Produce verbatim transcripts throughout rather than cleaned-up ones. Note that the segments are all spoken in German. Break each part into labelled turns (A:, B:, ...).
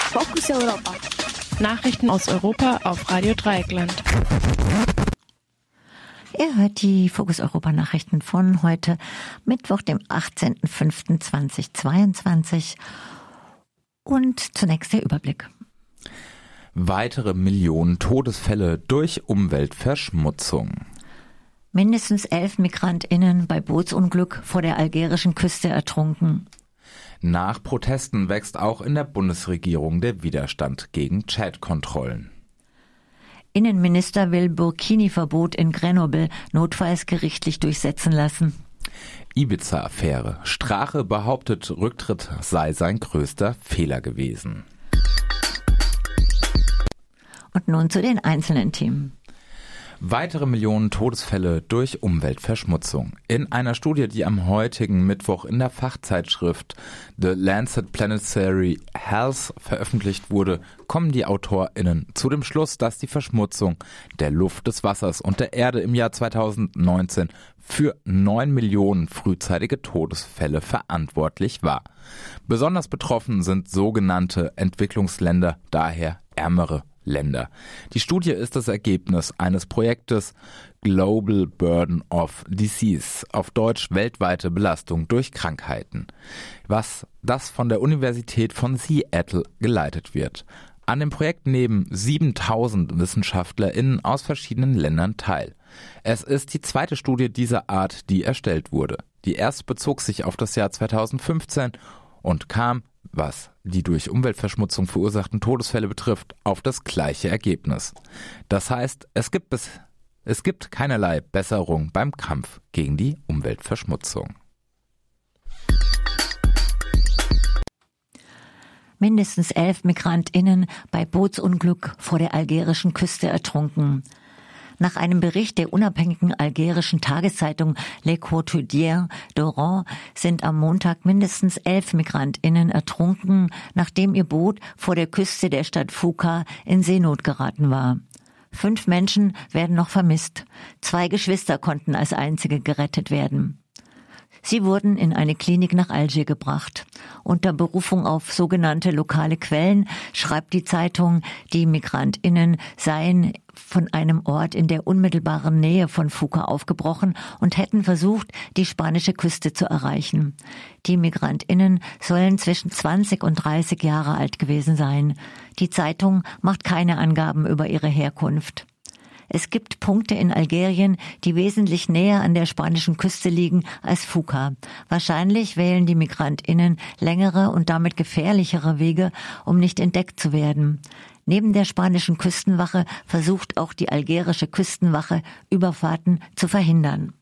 A: Fokus Europa.
B: Nachrichten aus Europa auf Radio Dreieckland.
C: Ihr hört die Fokus Europa Nachrichten von heute, Mittwoch, dem achtzehnten fünften zweitausendzweiundzwanzig. Und zunächst der Überblick.
D: Weitere Millionen Todesfälle durch Umweltverschmutzung.
C: Mindestens elf MigrantInnen bei Bootsunglück vor der algerischen Küste ertrunken.
D: Nach Protesten wächst auch in der Bundesregierung der Widerstand gegen Chat-Kontrollen.
C: Innenminister will Burkini-Verbot in Grenoble notfalls gerichtlich durchsetzen lassen.
D: Ibiza-Affäre. Strache behauptet, Rücktritt sei sein größter Fehler gewesen.
C: Und nun zu den einzelnen Themen.
D: Weitere Millionen Todesfälle durch Umweltverschmutzung. In einer Studie, die am heutigen Mittwoch in der Fachzeitschrift The Lancet Planetary Health veröffentlicht wurde, kommen die AutorInnen zu dem Schluss, dass die Verschmutzung der Luft, des Wassers und der Erde im Jahr zweitausendneunzehn für neun Millionen frühzeitige Todesfälle verantwortlich war. Besonders betroffen sind sogenannte Entwicklungsländer, daher ärmere Länder. Die Studie ist das Ergebnis eines Projektes Global Burden of Disease, auf Deutsch weltweite Belastung durch Krankheiten, was das von der Universität von Seattle geleitet wird. An dem Projekt nehmen siebentausend WissenschaftlerInnen aus verschiedenen Ländern teil. Es ist die zweite Studie dieser Art, die erstellt wurde. Die erste bezog sich auf das Jahr zweitausendfünfzehn und kam, was die durch Umweltverschmutzung verursachten Todesfälle betrifft, auf das gleiche Ergebnis. Das heißt, es gibt, bis, es gibt keinerlei Besserung beim Kampf gegen die Umweltverschmutzung.
C: Mindestens elf MigrantInnen bei Bootsunglück vor der algerischen Küste ertrunken. Nach einem Bericht der unabhängigen algerischen Tageszeitung Le Quotidien d'Oran sind am Montag mindestens elf MigrantInnen ertrunken, nachdem ihr Boot vor der Küste der Stadt Fouca in Seenot geraten war. Fünf Menschen werden noch vermisst. Zwei Geschwister konnten als einzige gerettet werden. Sie wurden in eine Klinik nach Algier gebracht. Unter Berufung auf sogenannte lokale Quellen schreibt die Zeitung, die MigrantInnen seien von einem Ort in der unmittelbaren Nähe von Fouca aufgebrochen und hätten versucht, die spanische Küste zu erreichen. Die MigrantInnen sollen zwischen zwanzig und dreißig Jahre alt gewesen sein. Die Zeitung macht keine Angaben über ihre Herkunft. Es gibt Punkte in Algerien, die wesentlich näher an der spanischen Küste liegen als Fouca. Wahrscheinlich wählen die MigrantInnen längere und damit gefährlichere Wege, um nicht entdeckt zu werden. Neben der spanischen Küstenwache versucht auch die algerische Küstenwache, Überfahrten zu verhindern.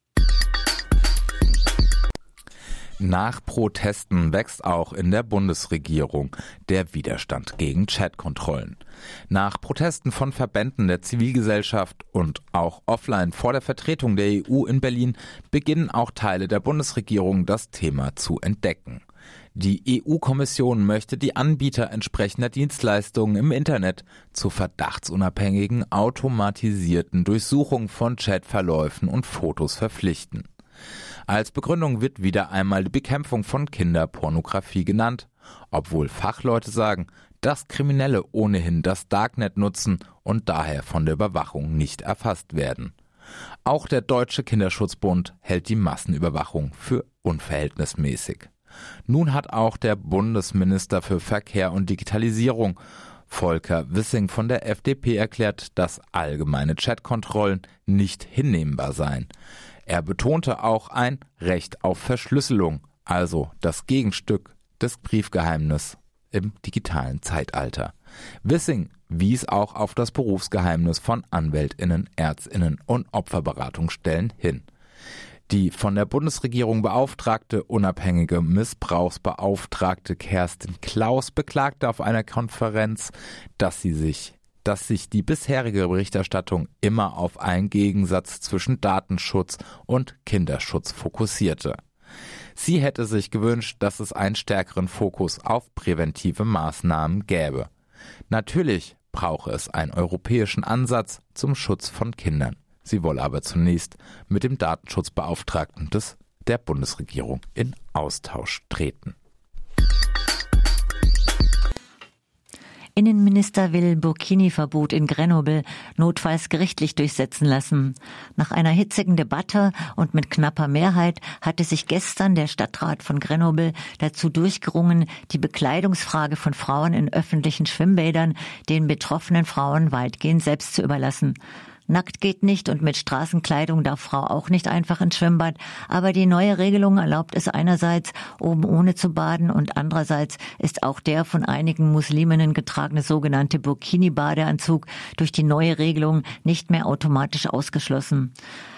D: Nach Protesten wächst auch in der Bundesregierung der Widerstand gegen Chatkontrollen. Nach Protesten von Verbänden der Zivilgesellschaft und auch offline vor der Vertretung der E U in Berlin beginnen auch Teile der Bundesregierung das Thema zu entdecken. Die E U-Kommission möchte die Anbieter entsprechender Dienstleistungen im Internet zu verdachtsunabhängigen, automatisierten Durchsuchungen von Chatverläufen und Fotos verpflichten. Als Begründung wird wieder einmal die Bekämpfung von Kinderpornografie genannt, obwohl Fachleute sagen, dass Kriminelle ohnehin das Darknet nutzen und daher von der Überwachung nicht erfasst werden. Auch der Deutsche Kinderschutzbund hält die Massenüberwachung für unverhältnismäßig. Nun hat auch der Bundesminister für Verkehr und Digitalisierung, Volker Wissing von der F D P, erklärt, dass allgemeine Chatkontrollen nicht hinnehmbar seien. Er betonte auch ein Recht auf Verschlüsselung, also das Gegenstück des Briefgeheimnisses im digitalen Zeitalter. Wissing wies auch auf das Berufsgeheimnis von AnwältInnen, ÄrztInnen und Opferberatungsstellen hin. Die von der Bundesregierung beauftragte unabhängige Missbrauchsbeauftragte Kerstin Klaus beklagte auf einer Konferenz, dass sie sich dass sich die bisherige Berichterstattung immer auf einen Gegensatz zwischen Datenschutz und Kinderschutz fokussierte. Sie hätte sich gewünscht, dass es einen stärkeren Fokus auf präventive Maßnahmen gäbe. Natürlich brauche es einen europäischen Ansatz zum Schutz von Kindern. Sie wolle aber zunächst mit dem Datenschutzbeauftragten des, der Bundesregierung in Austausch treten.
C: Innenminister will Burkini-Verbot in Grenoble notfalls gerichtlich durchsetzen lassen. Nach einer hitzigen Debatte und mit knapper Mehrheit hatte sich gestern der Stadtrat von Grenoble dazu durchgerungen, die Bekleidungsfrage von Frauen in öffentlichen Schwimmbädern den betroffenen Frauen weitgehend selbst zu überlassen. Nackt geht nicht und mit Straßenkleidung darf Frau auch nicht einfach ins Schwimmbad. Aber die neue Regelung erlaubt es einerseits, oben ohne zu baden und andererseits ist auch der von einigen Musliminnen getragene sogenannte Burkini-Badeanzug durch die neue Regelung nicht mehr automatisch ausgeschlossen.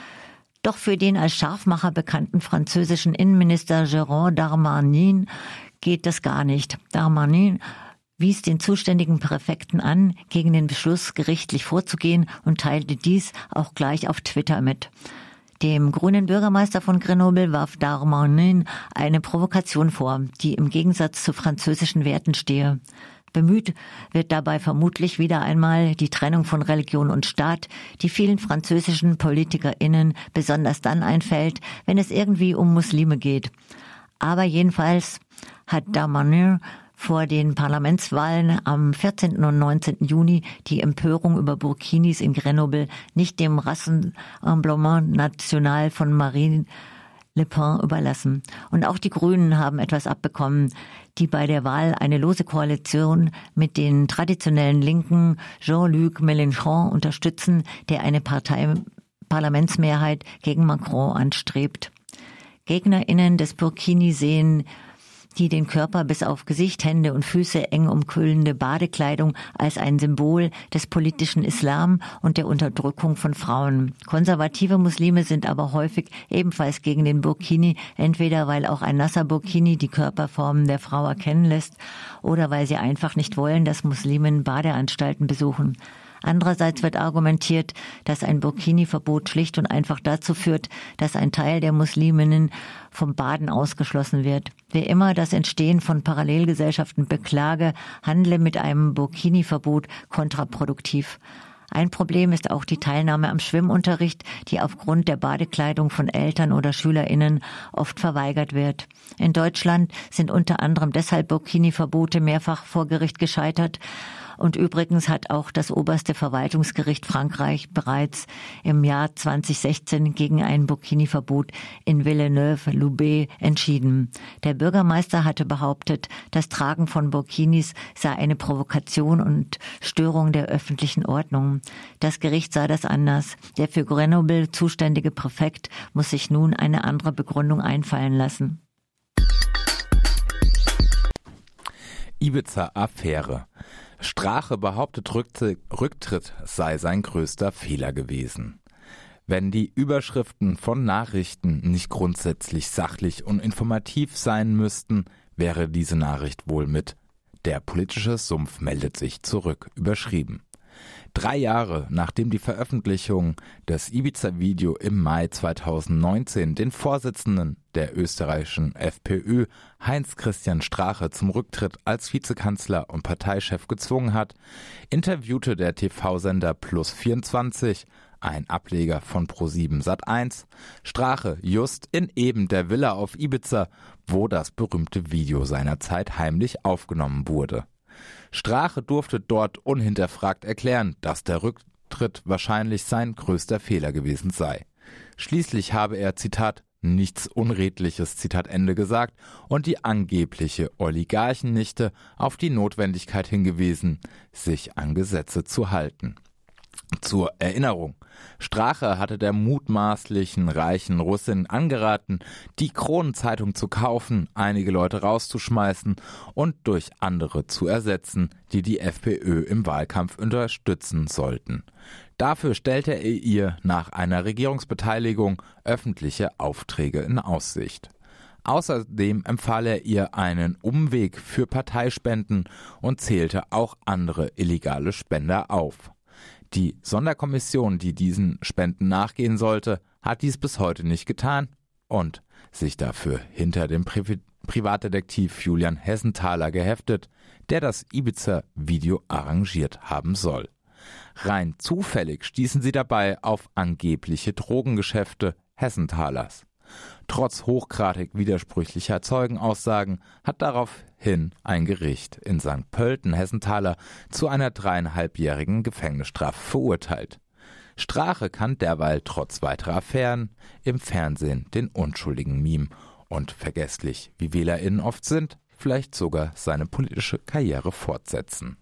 C: Doch für den als Scharfmacher bekannten französischen Innenminister Gérald Darmanin geht das gar nicht. Darmanin wies den zuständigen Präfekten an, gegen den Beschluss gerichtlich vorzugehen und teilte dies auch gleich auf Twitter mit. Dem grünen Bürgermeister von Grenoble warf Darmanin eine Provokation vor, die im Gegensatz zu französischen Werten stehe. Bemüht wird dabei vermutlich wieder einmal die Trennung von Religion und Staat, die vielen französischen PolitikerInnen besonders dann einfällt, wenn es irgendwie um Muslime geht. Aber jedenfalls hat Darmanin vor den Parlamentswahlen am vierzehnten und neunzehnten Juni die Empörung über Burkinis in Grenoble nicht dem Rassemblement National von Marine Le Pen überlassen. Und auch die Grünen haben etwas abbekommen, die bei der Wahl eine lose Koalition mit den traditionellen Linken Jean-Luc Mélenchon unterstützen, der eine Partei-Parlamentsmehrheit gegen Macron anstrebt. GegnerInnen des Burkini sehen die den Körper bis auf Gesicht, Hände und Füße eng umhüllende Badekleidung als ein Symbol des politischen Islam und der Unterdrückung von Frauen. Konservative Muslime sind aber häufig ebenfalls gegen den Burkini, entweder weil auch ein nasser Burkini die Körperformen der Frau erkennen lässt oder weil sie einfach nicht wollen, dass Muslimen Badeanstalten besuchen. Andererseits wird argumentiert, dass ein Burkini-Verbot schlicht und einfach dazu führt, dass ein Teil der Musliminnen vom Baden ausgeschlossen wird. Wer immer das Entstehen von Parallelgesellschaften beklage, handle mit einem Burkini-Verbot kontraproduktiv. Ein Problem ist auch die Teilnahme am Schwimmunterricht, die aufgrund der Badekleidung von Eltern oder SchülerInnen oft verweigert wird. In Deutschland sind unter anderem deshalb Burkini-Verbote mehrfach vor Gericht gescheitert. Und übrigens hat auch das oberste Verwaltungsgericht Frankreich bereits im Jahr zwanzig sechzehn gegen ein Burkini-Verbot in Villeneuve-Loubet entschieden. Der Bürgermeister hatte behauptet, das Tragen von Burkinis sei eine Provokation und Störung der öffentlichen Ordnung. Das Gericht sah das anders. Der für Grenoble zuständige Präfekt muss sich nun eine andere Begründung einfallen lassen.
D: Ibiza-Affäre. Strache behauptet, Rücktritt sei sein größter Fehler gewesen. Wenn die Überschriften von Nachrichten nicht grundsätzlich sachlich und informativ sein müssten, wäre diese Nachricht wohl mit „Der politische Sumpf meldet sich zurück" überschrieben. Drei Jahre nachdem die Veröffentlichung des Ibiza-Video im Mai zweitausendneunzehn den Vorsitzenden der österreichischen FPÖ, Heinz-Christian Strache, zum Rücktritt als Vizekanzler und Parteichef gezwungen hat, interviewte der T V-Sender Plus vierundzwanzig, ein Ableger von ProSieben Sat eins, Strache just in eben der Villa auf Ibiza, wo das berühmte Video seinerzeit heimlich aufgenommen wurde. Strache durfte dort unhinterfragt erklären, dass der Rücktritt wahrscheinlich sein größter Fehler gewesen sei. Schließlich habe er, Zitat, nichts Unredliches, Zitat Ende, gesagt und die angebliche Oligarchennichte auf die Notwendigkeit hingewiesen, sich an Gesetze zu halten. Zur Erinnerung: Strache hatte der mutmaßlichen reichen Russin angeraten, die Kronenzeitung zu kaufen, einige Leute rauszuschmeißen und durch andere zu ersetzen, die die FPÖ im Wahlkampf unterstützen sollten. Dafür stellte er ihr nach einer Regierungsbeteiligung öffentliche Aufträge in Aussicht. Außerdem empfahl er ihr einen Umweg für Parteispenden und zählte auch andere illegale Spender auf. Die Sonderkommission, die diesen Spenden nachgehen sollte, hat dies bis heute nicht getan und sich dafür hinter dem Pri- Privatdetektiv Julian Hessenthaler geheftet, der das Ibiza-Video arrangiert haben soll. Rein zufällig stießen sie dabei auf angebliche Drogengeschäfte Hessenthalers. Trotz hochgradig widersprüchlicher Zeugenaussagen hat daraufhin ein Gericht in Sankt Pölten, Hessenthaler, zu einer dreieinhalbjährigen Gefängnisstrafe verurteilt. Strache kann derweil trotz weiterer Affären im Fernsehen den Unschuldigen mimen und vergesslich, wie WählerInnen oft sind, vielleicht sogar seine politische Karriere fortsetzen.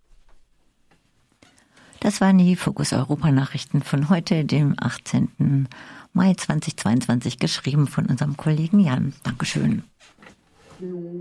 C: Das waren die Fokus Europa Nachrichten von heute, dem achtzehnten Mai zweitausendzweiundzwanzig, geschrieben von unserem Kollegen Jan. Dankeschön.